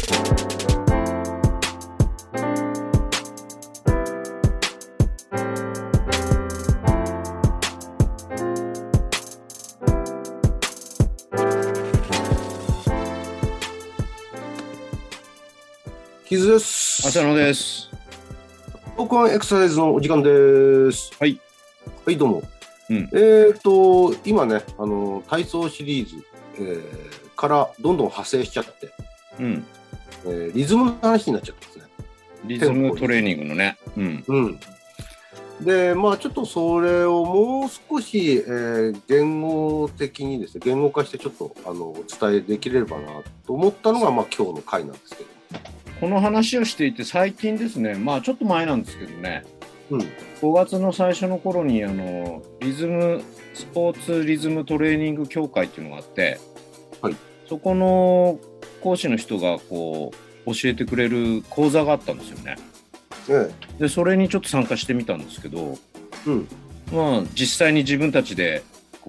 キズです。 浅野です。 トークワンエクササイズのお時間です。 はい。 はい、どうも。今ね、体操シリーズ、からどんどん派生しちゃって、リズムの話になっちゃったんですね。 リズムトレーニングのね。 で、まあちょっとそれをもう少し、言語的にですね、言語化してちょっとお伝えできればなと思ったのが、まあ今日の回なんですけど。 この話をしていて最近ですね、まあちょっと前なんですけどね、5月の最初の頃にスポーツリズムトレーニング協会っていうのがあって、 はい、 そこの講師の人がこう教えてくれる講座があったんですよね。でそれにちょっと参加してみたんですけど、まあ実際に自分たちでこう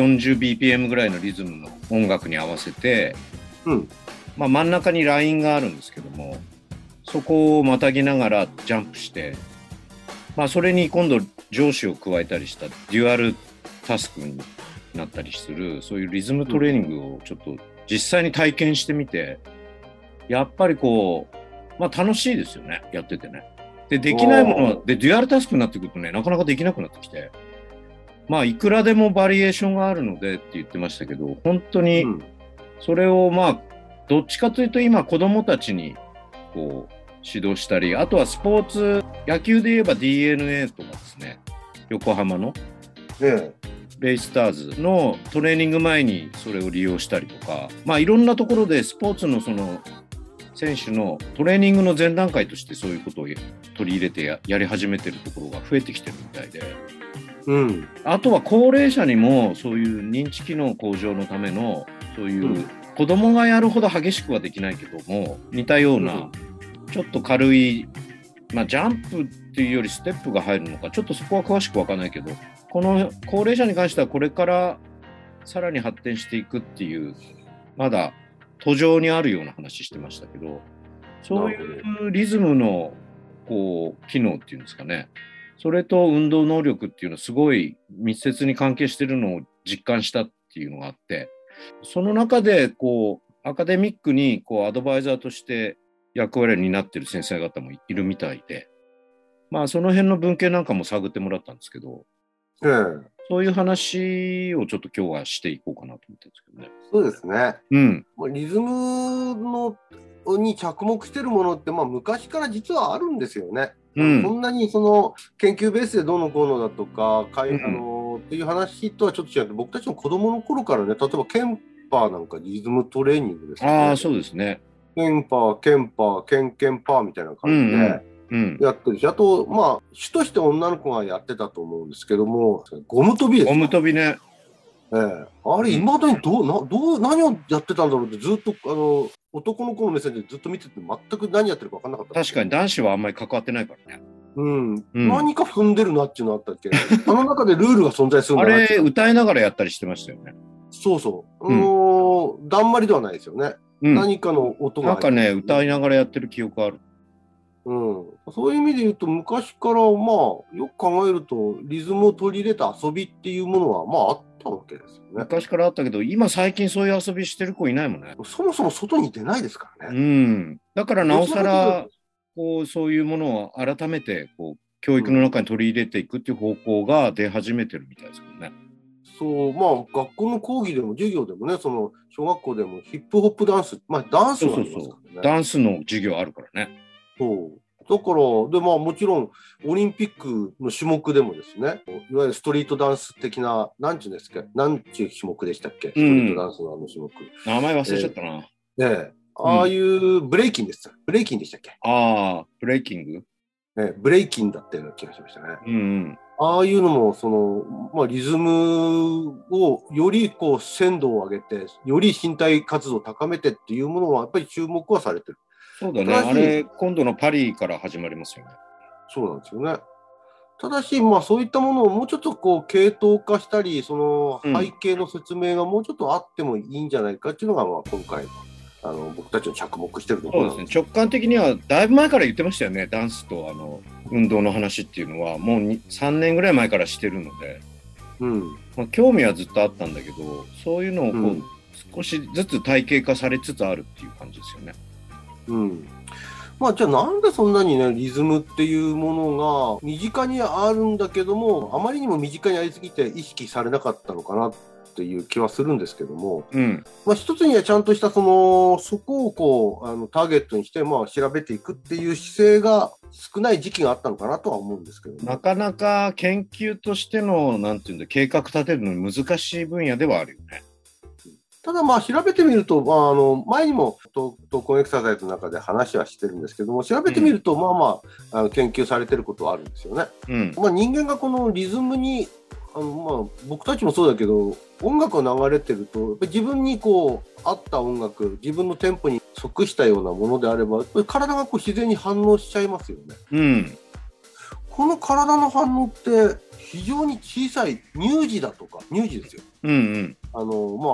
140bpm ぐらいのリズムの音楽に合わせて、まあ、真ん中にラインがあるんですけども、そこをまたぎながらジャンプして、まあ、それに今度上司を加えたりしたデュアルタスクになったりする、そういうリズムトレーニングをちょっと実際に体験してみて、やっぱりこう、まあ、楽しいですよね、やっててね。でできないものでデュアルタスクになってくるとね、なかなかできなくなってきて、まあいくらでもバリエーションがあるのでって言ってましたけど、本当にそれをまあどっちかというと今子どもたちにこう指導したり、あとはスポーツ野球で言えば DNA とかですね、横浜のベイスターズのトレーニング前にそれを利用したりとか、まあいろんなところでスポーツのその選手のトレーニングの前段階としてそういうことを取り入れて やり始めてるところが増えてきてるみたいで、あとは高齢者にもそういう認知機能向上のためのそういう子供がやるほど激しくはできないけども、似たようなちょっと軽い、まあ、ジャンプっていうよりステップが入るのか、ちょっとそこは詳しく分からないけど、この高齢者に関してはこれからさらに発展していくっていう、まだ途上にあるような話してましたけど、そういうリズムのこう機能っていうんですかね、それと運動能力っていうのはすごい密接に関係してるのを実感したっていうのがあって、その中でこうアカデミックにこうアドバイザーとして役割になっている先生方もいるみたいで、まあその辺の文献なんかも探ってもらったんですけど、そういう話をちょっと今日はしていこうかなと思ってるんですけどね。 そうですね。リズムのに着目してるものって、まあ、昔から実はあるんですよね。そんなにその研究ベースでどうのこうのだとか、っていう話とはちょっと違って、僕たちの子供の頃からね、例えばケンパーなんかリズムトレーニングですね。 そうですね。 ケンパー、ケンパー、ケンケンパーみたいな感じでやってるし、あと、まあ、主として女の子がやってたと思うんですけども、ゴム跳びですか。 ゴム跳びね。 あれ、いまだに何をやってたんだろうって、ずっと男の子の目線でずっと見てて、全く何やってるか分かんなかった。 確かに男子はあんまり関わってないからね。 何か踏んでるなっていうのあったっけあの中でルールが存在するんだなって。 あれ、歌いながらやったりしてましたよね。 そうそう。だんまりではないですよね。何かの音が。 なんかね、歌いながらやってる記憶ある。 そういう意味で言うと、昔から、まあ、よく考えると、リズムを取り入れた遊びっていうものは、まあ、あったわけですよね。 昔からあったけど、今最近そういう遊びしてる子いないもんね。 そもそも外に出ないですからね。 だからなおさら、こう、そういうものを改めて、こう、教育の中に取り入れていくっていう方向が出始めてるみたいですけどね。 そう、まあ、学校の講義でも授業でもね、その小学校でもヒップホップダンス、まあ、ダンスがありますからね。 ダンスの授業あるからね。 だから、で、まあ、もちろん、オリンピックの種目でもですね、いわゆるストリートダンス的な、なんちゅうんですか、なんちゅう種目でしたっけ、ストリートダンスの種目。 名前忘れちゃったな。 ああいうブレイキンです。ブレイキンでしたっけ。 ブレイキング、 ブレイキンだったような気がしましたね。ああいうのも、その、まあ、リズムをよりこう鮮度を上げて、より身体活動を高めてっていうものは、やっぱり注目はされてる。 そうだね。あれ、今度のパリから始まりますよね。 そうなんですよね。ただし、まあ、そういったものをもうちょっとこう系統化したり、その背景の説明がもうちょっとあってもいいんじゃないかっていうのが、まあ、今回の僕たちの着目してるところなんです。 そうですね、直感的にはだいぶ前から言ってましたよね。ダンスと運動の話っていうのはもう3年ぐらい前からしてるので、興味はずっとあったんだけど、そういうのを少しずつ体系化されつつあるっていう感じですよね。 じゃあなんでそんなにね、リズムっていうものが身近にあるんだけども、あまりにも身近にありすぎて意識されなかったのかなっていう気はするんですけども、一つにはちゃんとしたそこをターゲットにして調べていくっていう姿勢が少ない時期があったのかなとは思うんですけど、 なかなか研究としての計画立てるのに難しい分野ではあるよね。 ただ調べてみると、前にもトークンエクササイズの中で話はしてるんですけども、調べてみると研究されてることはあるんですよね。人間がこのリズムに僕たちもそうだけど、音楽が流れてると自分に合った音楽、自分のテンポに即したようなものであれば体が自然に反応しちゃいますよね。この体の反応って非常に小さい乳児ですよ。だから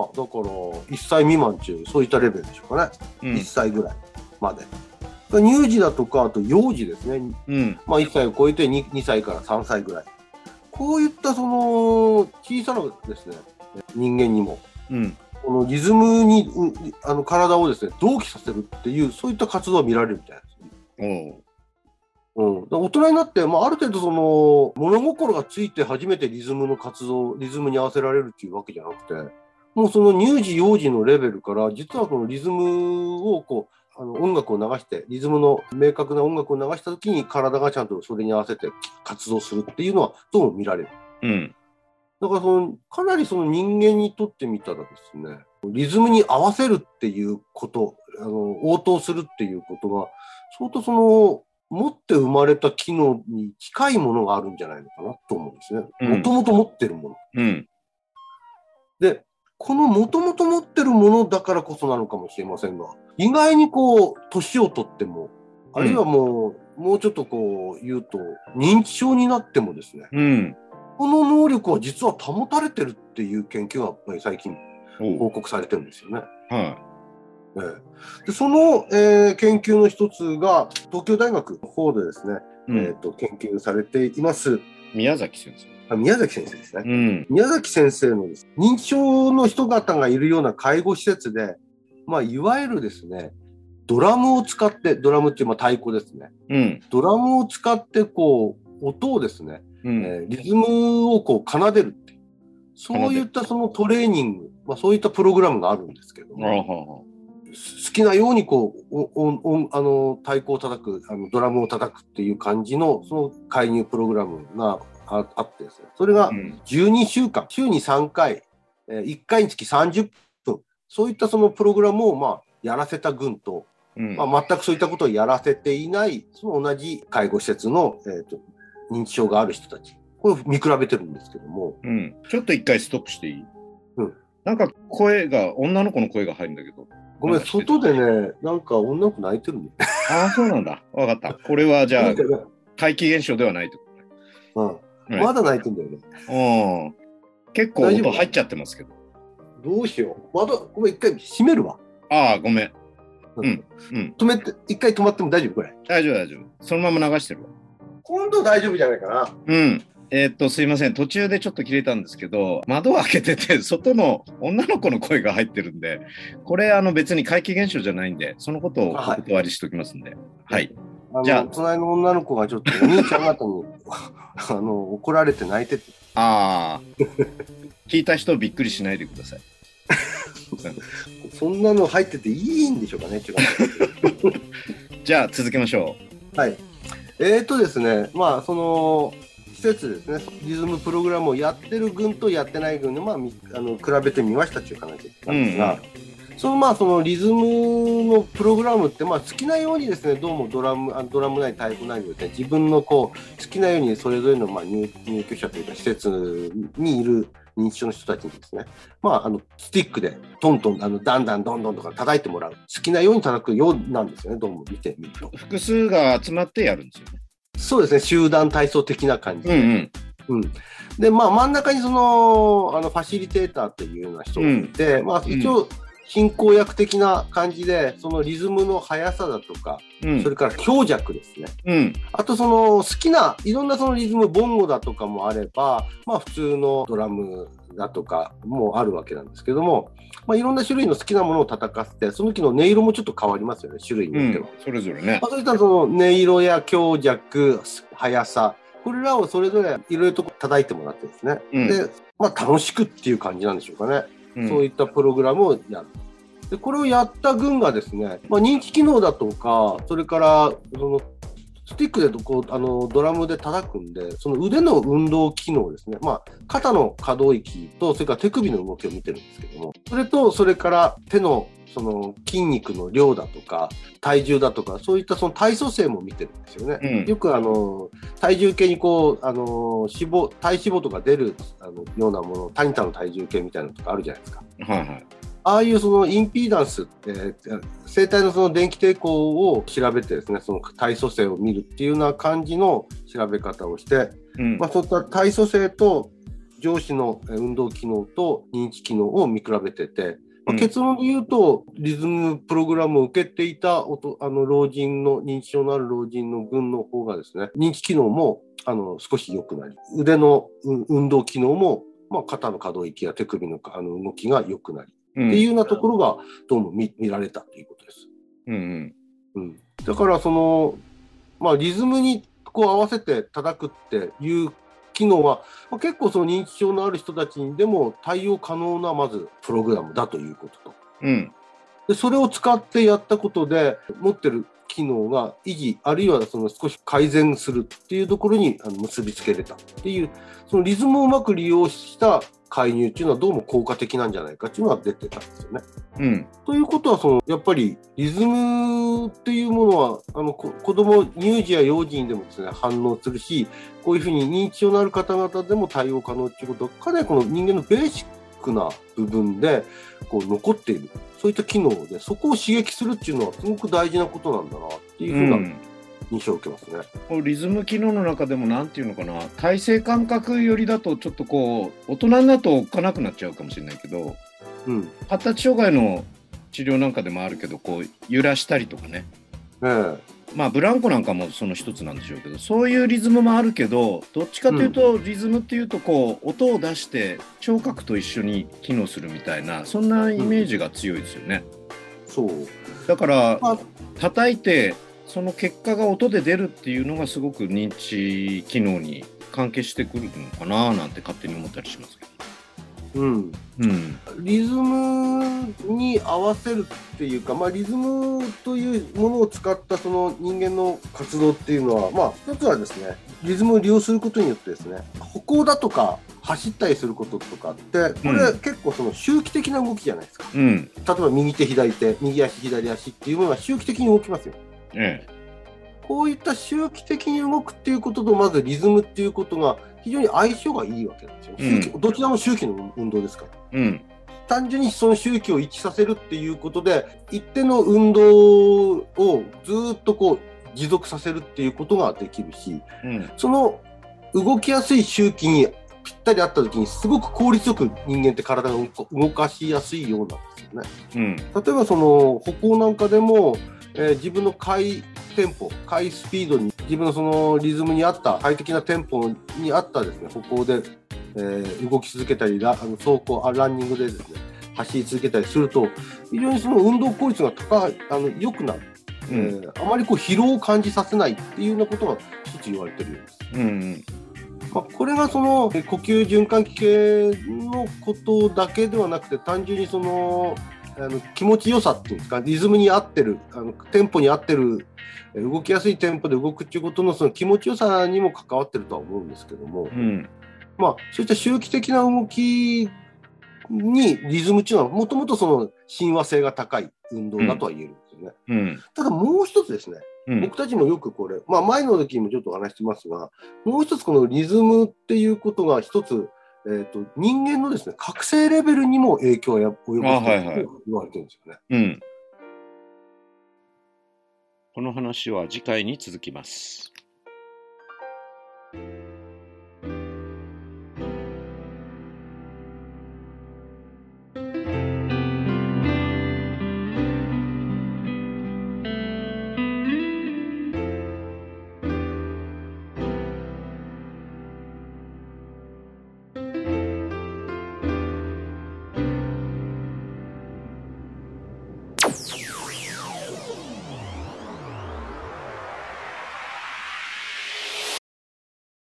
1歳未満っていうそういったレベルでしょうかね。1歳ぐらいまで。乳児だとか、あと幼児ですね。1歳を超えて 2歳から3歳ぐらい。こういった小さなですね、人間にも、このリズムに体をですね、同期させるっていう、そういった活動が見られるみたいです。大人になって、ある程度物心がついて初めてリズムに合わせられるっていうわけじゃなくて、もうその乳児幼児のレベルから、実はこのリズムを音楽を流して、リズムの明確な音楽を流したときに体がちゃんとそれに合わせて活動するっていうのはどうも見られる。だからかなり人間にとってみたらですね、リズムに合わせるっていうこと、応答するっていうことが相当持って生まれた機能に近いものがあるんじゃないのかなと思うんですね。もともと持ってるもの。で、このもともと持ってるものだからこそなのかもしれませんが、意外に年をとっても、あるいはもうちょっと言うと、認知症になってもですね、この能力は実は保たれてるっていう研究がやっぱり最近報告されてるんですよね。でその、研究の一つが東京大学の方でですね、研究されています宮崎先生ですね。宮崎先生のです、認知症の人方がいるような介護施設で、いわゆるですね、ドラムを使って、ドラムっていう太鼓ですね。ドラムを使って音をですね、リズムを奏でるっていう、そういったトレーニング、そういったプログラムがあるんですけども、好きなように太鼓を叩く、ドラムを叩くっていう感じの介入プログラムがあってですね、それが12週間、週に3回、1回につき30分、そういったプログラムをやらせた群と、全くそういったことをやらせていない、同じ介護施設の、認知症がある人たち、これを見比べてるんですけども。 ちょっと一回ストップしていい？なんか女の子の声が入るんだけど。 ごめん、外でね、なんか女の子泣いてるね。 そうなんだ。わかった。これはじゃあ、怪奇現象ではないってことね。まだ泣いてんだよね。 結構音入っちゃってますけど。 どうしよう。ごめん、一回閉めるわ。 ごめん。 止めて、一回止まっても大丈夫これ。 大丈夫。そのまま流してるわ。 今度大丈夫じゃないかな。 すいません。途中でちょっと切れたんですけど、窓を開けてて、外の女の子の声が入ってるんで、これ別に怪奇現象じゃないんで、そのことをお断りしておきますんで。 じゃあ、隣の女の子がちょっとお兄ちゃん方に怒られて泣いてて。 聞いた人びっくりしないでください。 そんなの入ってていいんでしょうかね、 じゃあ、続けましょう。ですね、施設ですね、リズムプログラムをやってる群とやってない群で、比べてみましたという話なんですが、そのリズムのプログラムって、好きなようにですね、どうもドラムなり太鼓なりですね、自分の好きなようにそれぞれの入居者というか施設にいる認知症の人たちにですね、スティックでトントン、ダンダンドンドンとか叩いてもらう、好きなように叩くようなんですよね、どうも見てみると。 複数が集まってやるんですよね。 そうですね、集団体操的な感じで。で、真ん中にファシリテーターというような人がいて、一応、 進行役的な感じで、そのリズムの速さだとか、それから強弱ですね。あとその好きないろんなそのリズム、ボンゴだとかもあれば、普通のドラムだとかもあるわけなんですけども、いろんな種類の好きなものを叩かせて、その時の音色もちょっと変わりますよね、種類によっては。 それぞれね。 そういったその音色や強弱、速さ、これらをそれぞれいろいろと叩いてもらってですね。で、楽しくっていう感じなんでしょうかね。そういったプログラムをやる。で、これをやった群がですね、認知機能だとか、それからそのスティックでドラムで叩くんで、その腕の運動機能ですね、肩の可動域と、それから手首の動きを見てるんですけども、それから手のその筋肉の量だとか、体重だとか、そういったその体組成も見てるんですよね。よく体重計に体脂肪とか出るようなもの、タニタの体重計みたいなのとかあるじゃないですか。ああいうそのインピーダンスって、声帯のその電気抵抗を調べてですね、その体組成を見るっていうような感じの調べ方をして、そういった体組成と上肢の運動機能と認知機能を見比べてて、結論で言うと、リズムプログラムを受けていた老人の、認知症のある老人の群の方がですね、認知機能も少し良くなり、腕の運動機能も、肩の可動域や手首の動きが良くなり、っていうようなところがどうも 見られたということです。だからその、リズムに合わせて叩くっていう機能は、結構その認知症のある人たちにでも対応可能なまずプログラムだということと、でそれを使ってやったことで持ってる機能が維持、あるいはその少し改善するっていうところに結びつけれたっていう、そのリズムをうまく利用した介入っていうのはどうも効果的なんじゃないかっていうのが出てたんですよね。ということはやっぱりリズムっていうものは子供、乳児や幼児にでもですね反応するし、こういうふうに認知症のある方々でも対応可能っていうことはかなりこの人間のベーシックな部分で残っている、そういった機能でそこを刺激するっていうのはすごく大事なことなんだなっていうふうな印象を受けますね。 リズム機能の中でもなんていうのかな、体勢感覚よりだとちょっと大人になるとおっかなくなっちゃうかもしれないけど、発達障害の治療なんかでもあるけど揺らしたりとかね、ブランコなんかもその一つなんでしょうけど、そういうリズムもあるけど、どっちかというと、リズムっていうと音を出して聴覚と一緒に機能するみたいな、そんなイメージが強いですよね。 そうだから叩いてその結果が音で出るっていうのがすごく認知機能に関係してくるのかななんて勝手に思ったりしますけど。 リズムに合わせるっていうか、リズムというものを使ったその人間の活動っていうのは、一つはですね、リズムを利用することによってですね、歩行だとか走ったりすることとかって、これは結構その周期的な動きじゃないですか。例えば右手左手、右足左足っていうものは周期的に動きますよ。こういった周期的に動くっていうことと、まずリズムっていうことが非常に相性がいいわけなんですよ。どちらも周期の運動ですから。単純にその周期を一致させるっていうことで、一定の運動をずっと持続させるっていうことができるし、その動きやすい周期にぴったり合った時にすごく効率よく人間って体が動かしやすいようなんですよね。例えばその歩行なんかでも、自分の回スピードに、自分のそのリズムに合った快適なテンポに合ったですね歩行で、動き続けたりランニングでですね走り続けたりすると、非常にその運動効率が良くなる、あまり疲労を感じさせないっていうようなことが一つ言われているようです。これがその呼吸循環器系のことだけではなくて、単純にその気持ちよさっていうんですか、リズムに合ってるテンポに合ってる、動きやすいテンポで動くっていうことのその気持ちよさにも関わってるとは思うんですけども、そういった周期的な動きにリズムっていうのはもともとその親和性が高い運動だとは言えるんですよね。ただもう一つですね、僕たちもよくこれ、前の時にもちょっと話してますが、もう一つこのリズムっていうことが一つ、人間のですね覚醒レベルにも影響を及ぼすと言われてるんですよね。 この話は次回に続きます。